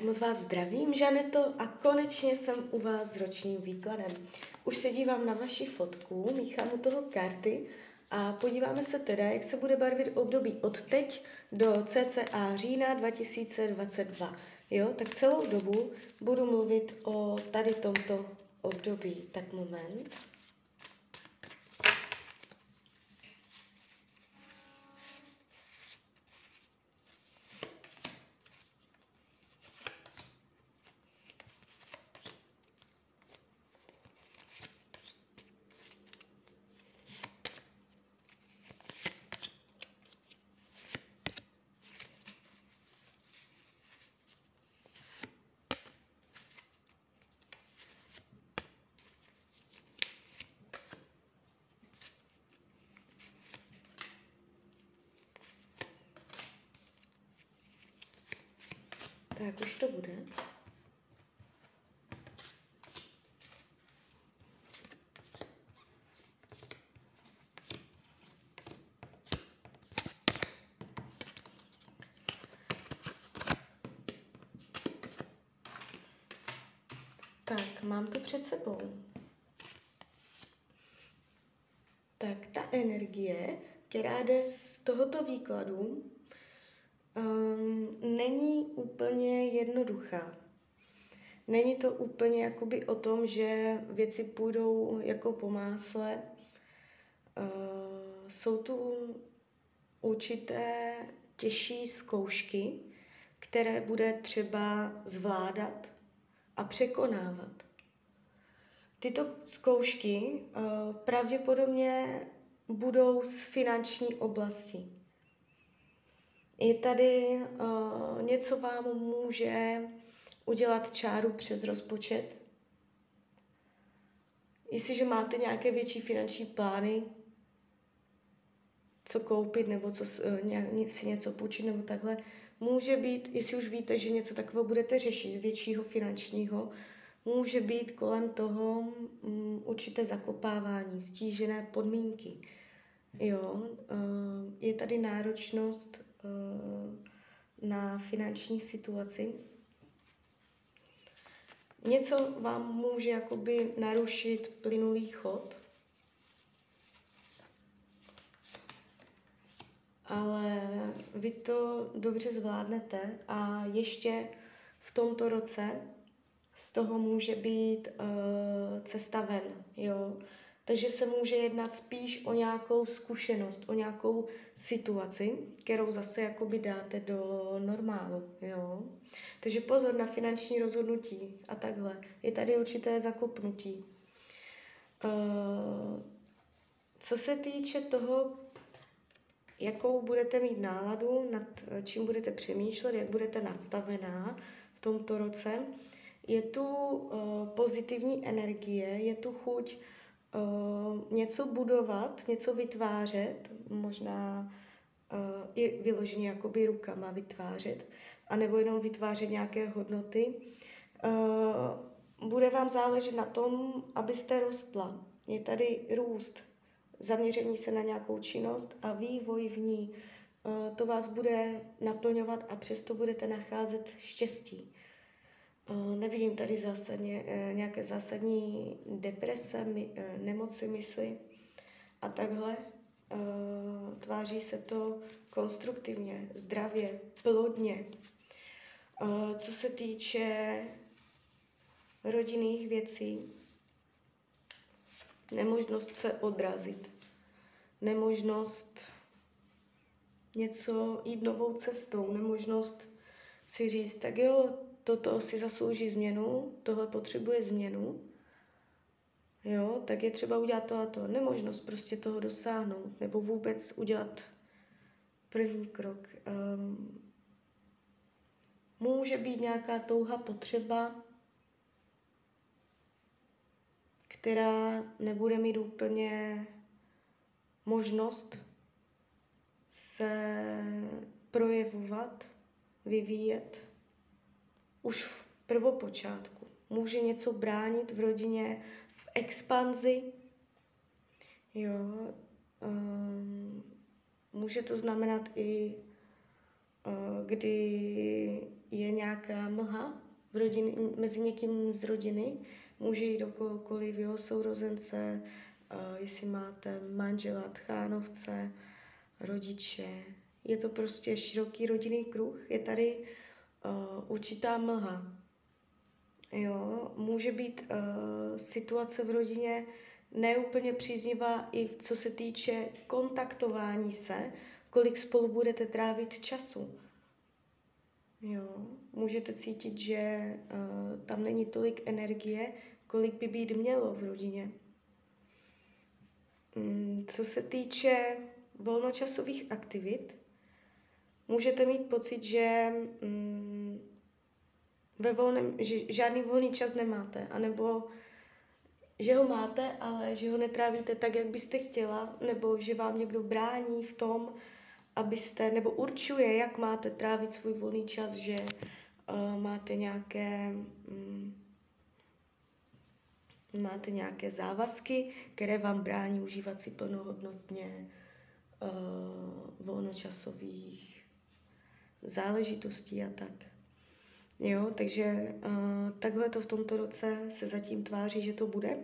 moc vás zdravím, Žaneto, a konečně jsem u vás s ročním výkladem. Už se dívám na vaši fotku, míchám u toho karty a podíváme se teda, jak se bude barvit období od teď do cca října 2022. Jo, tak celou dobu budu mluvit o tady tomto období. Tak moment. Tak už to bude. Tak, mám to před sebou. Tak ta energie, která jde z tohoto výkladu, není úplně jednoduchá. Není to úplně jakoby o tom, že věci půjdou jako po másle. Jsou tu určité těžší zkoušky, které bude třeba zvládat a překonávat. Tyto zkoušky pravděpodobně budou z finanční oblasti. Je tady něco vám může udělat čáru přes rozpočet. Jestliže máte nějaké větší finanční plány, co koupit nebo si něco půjčit nebo takhle, může být, jestli už víte, že něco takového budete řešit, většího finančního, může být kolem toho určité zakopávání, stížené podmínky. Jo, je tady náročnost na finanční situaci. Něco vám může jakoby narušit plynulý chod, ale vy to dobře zvládnete a ještě v tomto roce z toho může být cesta ven, jo. Takže se může jednat spíš o nějakou zkušenost, o nějakou situaci, kterou zase jakoby dáte do normálu, jo. Takže pozor na finanční rozhodnutí a takhle. Je tady určité zakopnutí. Co se týče toho, jakou budete mít náladu, nad čím budete přemýšlet, jak budete nastavená v tomto roce, je tu pozitivní energie, je tu chuť něco budovat, něco vytvářet, možná i vyloženě jakoby rukama vytvářet, anebo jenom vytvářet nějaké hodnoty. Bude vám záležet na tom, abyste rostla. Je tady růst, zaměření se na nějakou činnost a vývoj v ní. To vás bude naplňovat a přesto budete nacházet štěstí. Nevidím tady nějaké zásadní deprese, nemoci mysli a takhle. Tváří se to konstruktivně, zdravě, plodně. Co se týče rodinných věcí, nemožnost se odrazit, nemožnost něco jít novou cestou, nemožnost si říct, tak jo, toto si zaslouží změnu, tohle potřebuje změnu, jo, tak je třeba udělat to a to. Nemožnost prostě toho dosáhnout, nebo vůbec udělat první krok. Může být nějaká touha, potřeba, která nebude mít úplně možnost se projevovat, vyvíjet už v prvopočátku. Může něco bránit v rodině, v expanzi. Jo, může to znamenat i kdy je nějaká mlha mezi někým z rodiny, může jít do kohokoliv, jeho sourozence, jestli máte manžela, tchánovce, rodiče. Je to prostě široký rodinný kruh, je tady určitá mlha. Jo, může být situace v rodině neúplně příznivá i co se týče kontaktování se, kolik spolu budete trávit času. Jo, můžete cítit, že tam není tolik energie, kolik by být mělo v rodině. Co se týče volnočasových aktivit, můžete mít pocit, že že žádný volný čas nemáte, anebo že ho máte, ale že ho netrávíte tak, jak byste chtěla, nebo že vám někdo brání v tom, abyste, nebo určuje, jak máte trávit svůj volný čas, že máte nějaké závazky, které vám brání užívat si plnohodnotně volnočasových záležitostí a tak. Jo, takže takhle to v tomto roce se zatím tváří, že to bude.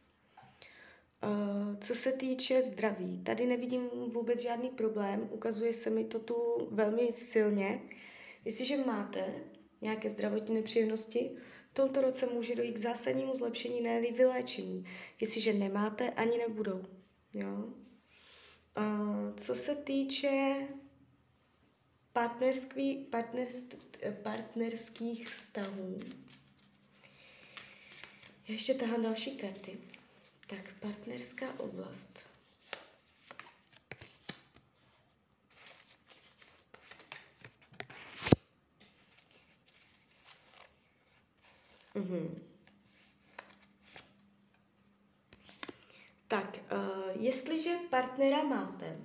Co se týče zdraví, tady nevidím vůbec žádný problém, ukazuje se mi to tu velmi silně. Jestliže máte nějaké zdravotní nepříjemnosti, v tomto roce může dojít k zásadnímu zlepšení, ne-li vyléčení. Jestliže nemáte, ani nebudou. Jo? Co se týče partnerských vztahů, já ještě tahám další karty. Tak, partnerská oblast. Tak, jestliže partnera máte,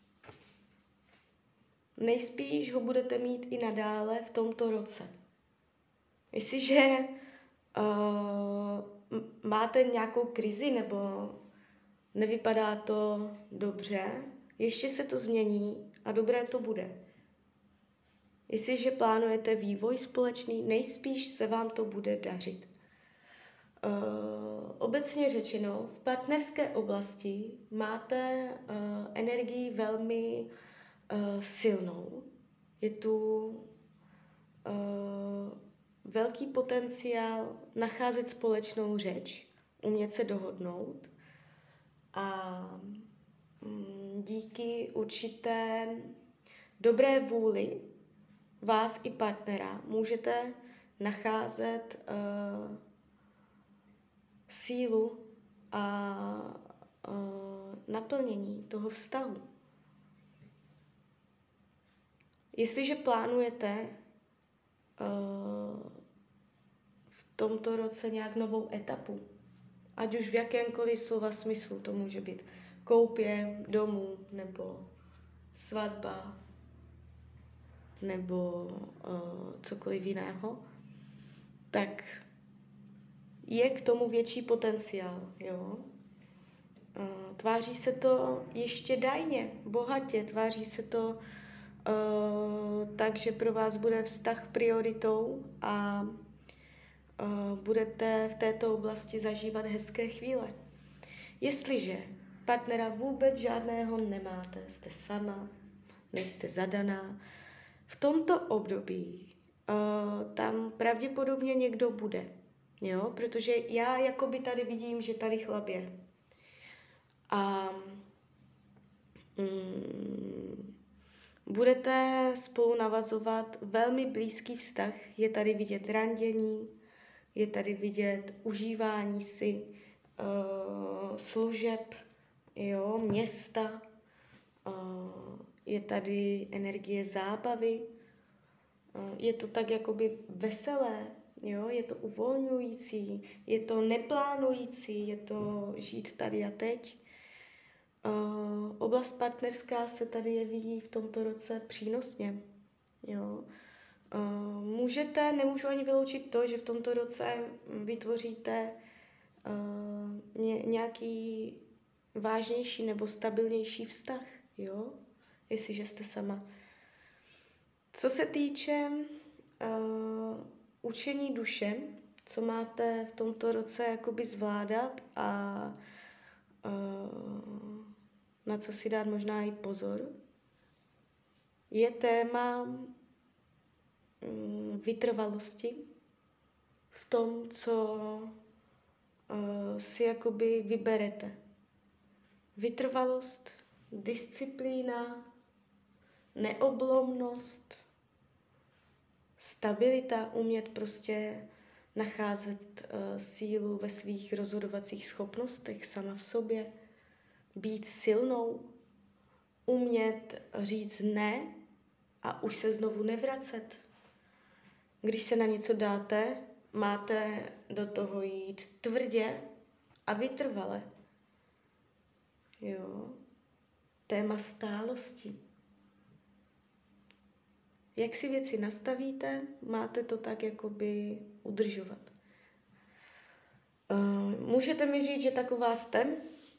nejspíš ho budete mít i nadále v tomto roce. Jestliže máte nějakou krizi nebo nevypadá to dobře, ještě se to změní a dobré to bude. Jestliže plánujete vývoj společný, nejspíš se vám to bude dařit. Obecně řečeno, v partnerské oblasti máte energii velmi silnou. Je tu velký potenciál nacházet společnou řeč, umět se dohodnout a díky určité dobré vůli vás i partnera můžete nacházet sílu a naplnění toho vztahu. Jestliže plánujete v tomto roce nějak novou etapu, ať už v jakémkoliv slova smyslu, to může být koupě domu, nebo svatba, nebo cokoliv jiného, tak je k tomu větší potenciál. Jo? Tváří se to ještě dajně, bohatě, tváří se to tak, že pro vás bude vztah prioritou a budete v této oblasti zažívat hezké chvíle. Jestliže partnera vůbec žádného nemáte, jste sama, nejste zadaná, v tomto období tam pravděpodobně někdo bude, jo? Protože já jakoby tady vidím, že tady chlap je. A budete spolu navazovat velmi blízký vztah. Je tady vidět randění, je tady vidět užívání si služeb, jo, města, je tady energie zábavy, je to tak jakoby veselé, jo, je to uvolňující, je to neplánující, je to žít tady a teď. Oblast partnerská se tady jeví v tomto roce přínosně. Jo. Nemůžu ani vyloučit to, že v tomto roce vytvoříte nějaký vážnější nebo stabilnější vztah, jo? Jestliže jste sama. Co se týče učení duše, co máte v tomto roce jakoby zvládat a na co si dát možná i pozor, je téma vytrvalosti v tom, co si jakoby vyberete. Vytrvalost, disciplína, neoblomnost, stabilita, umět prostě nacházet sílu ve svých rozhodovacích schopnostech sama v sobě, být silnou, umět říct ne a už se znovu nevracet. Když se na něco dáte, máte do toho jít tvrdě a vytrvale. Jo. Téma stálosti. Jak si věci nastavíte, máte to tak jakoby udržovat. Můžete mi říct, že taková jste,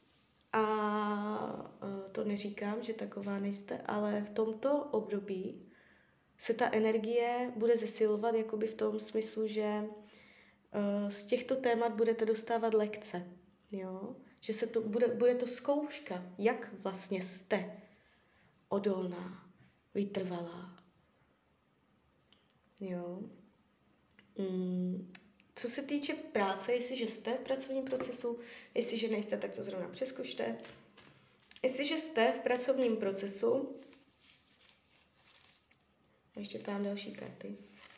a to neříkám, že taková nejste, ale v tomto období se ta energie bude zesilovat jakoby v tom smyslu, že z těchto témat budete dostávat lekce. Jo? Že se to bude to zkouška, jak vlastně jste odolná, vytrvalá. Jo. Co se týče práce, jestliže jste v pracovním procesu, jestliže nejste, tak to zrovna přezkušte. Jestliže jste v pracovním procesu, ještě tam další karty.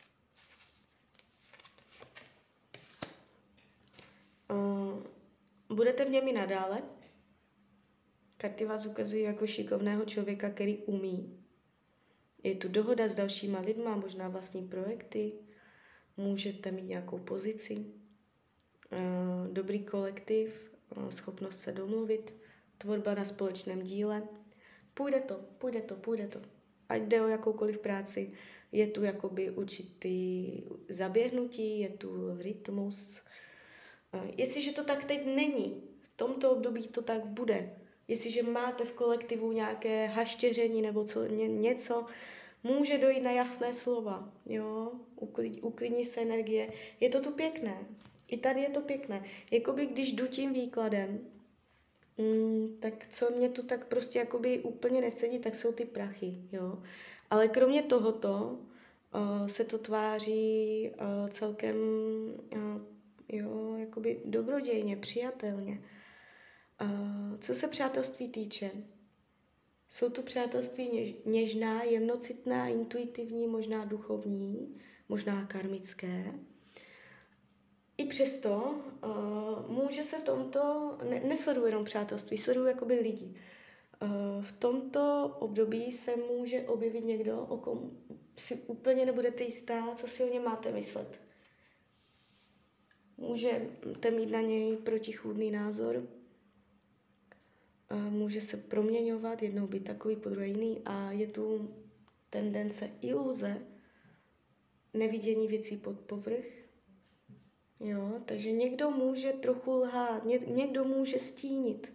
Budete v něm i nadále. Karty vás ukazují jako šikovného člověka, který umí. Je tu dohoda s dalšíma lidma, možná vlastní projekty, můžete mít nějakou pozici, dobrý kolektiv, schopnost se domluvit, tvorba na společném díle. Půjde to. Ať jde o jakoukoliv práci, je tu jakoby určitý zaběhnutí, je tu rytmus. Jestliže to tak teď není, v tomto období to tak bude. Jestliže máte v kolektivu nějaké haštěření nebo něco, může dojít na jasné slova, jo? Uklidní se energie. Je to tu pěkné. I tady je to pěkné. Jakoby když jdu tím výkladem, tak co mě tu tak prostě jakoby úplně nesedí, tak jsou ty prachy, jo? Ale kromě tohoto se to tváří celkem jo, jakoby dobrodějně, přijatelně. Co se přátelství týče, jsou tu přátelství něžná, jemnocitná, intuitivní, možná duchovní, možná karmické. I přesto může se v tomto, nesleduji jenom přátelství, sleduji jakoby lidi. V tomto období se může objevit někdo, o kom si úplně nebudete jistá, co si o něm máte myslet. Můžete mít na něj protichůdný názor, může se proměňovat, jednou být takový, podruhé jiný a je tu tendence iluze, nevidění věcí pod povrch. Jo, takže někdo může trochu lhát, někdo může stínit.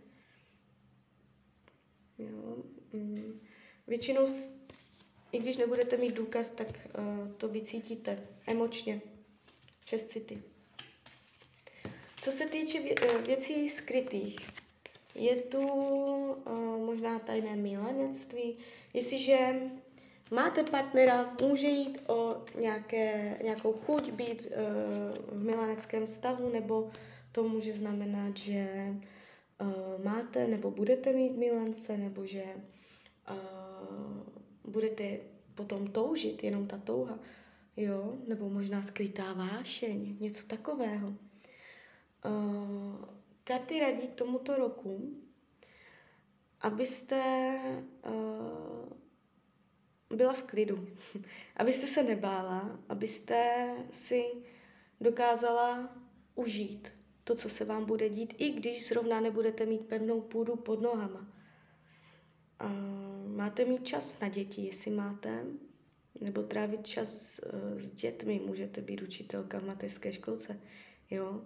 Jo. Většinou, i když nebudete mít důkaz, tak to vycítíte emočně, přes city. Co se týče věcí skrytých, je tu možná tajné milenectví. Jestliže máte partnera, může jít o nějakou chuť být v mileneckém stavu, nebo to může znamenat, že máte nebo budete mít milence, nebo že budete potom toužit, jenom ta touha, jo? Nebo možná skrytá vášeň, něco takového. Karty radí k tomuto roku, abyste byla v klidu, abyste se nebála, abyste si dokázala užít to, co se vám bude dít, i když zrovna nebudete mít pevnou půdu pod nohama. Máte mít čas na děti, jestli máte, nebo trávit čas s dětmi, můžete být učitelka v mateřské školce, jo.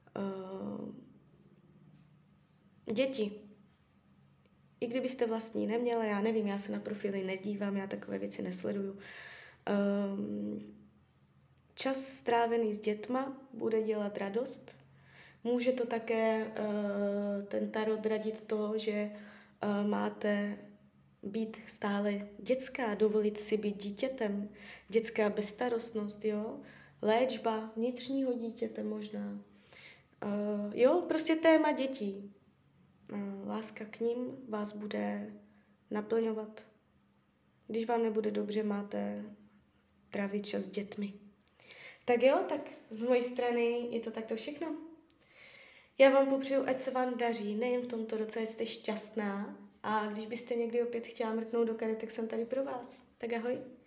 Děti. I kdybyste vlastní neměla, já nevím, já se na profily nedívám, já takové věci nesleduju. Čas strávený s dětma bude dělat radost. Může to také ten tarot radit to, že máte být stále dětská, dovolit si být dítětem, dětská bezstarostnost, jo, léčba vnitřního dítěte možná. Jo, prostě téma dětí. Láska k ním vás bude naplňovat. Když vám nebude dobře, máte trávit čas s dětmi. Tak jo, tak z mojej strany je to takto všechno. Já vám popřeju, ať se vám daří, nejen v tomto roce, jste šťastná. A když byste někdy opět chtěla mrknout do karet, tak jsem tady pro vás. Tak ahoj.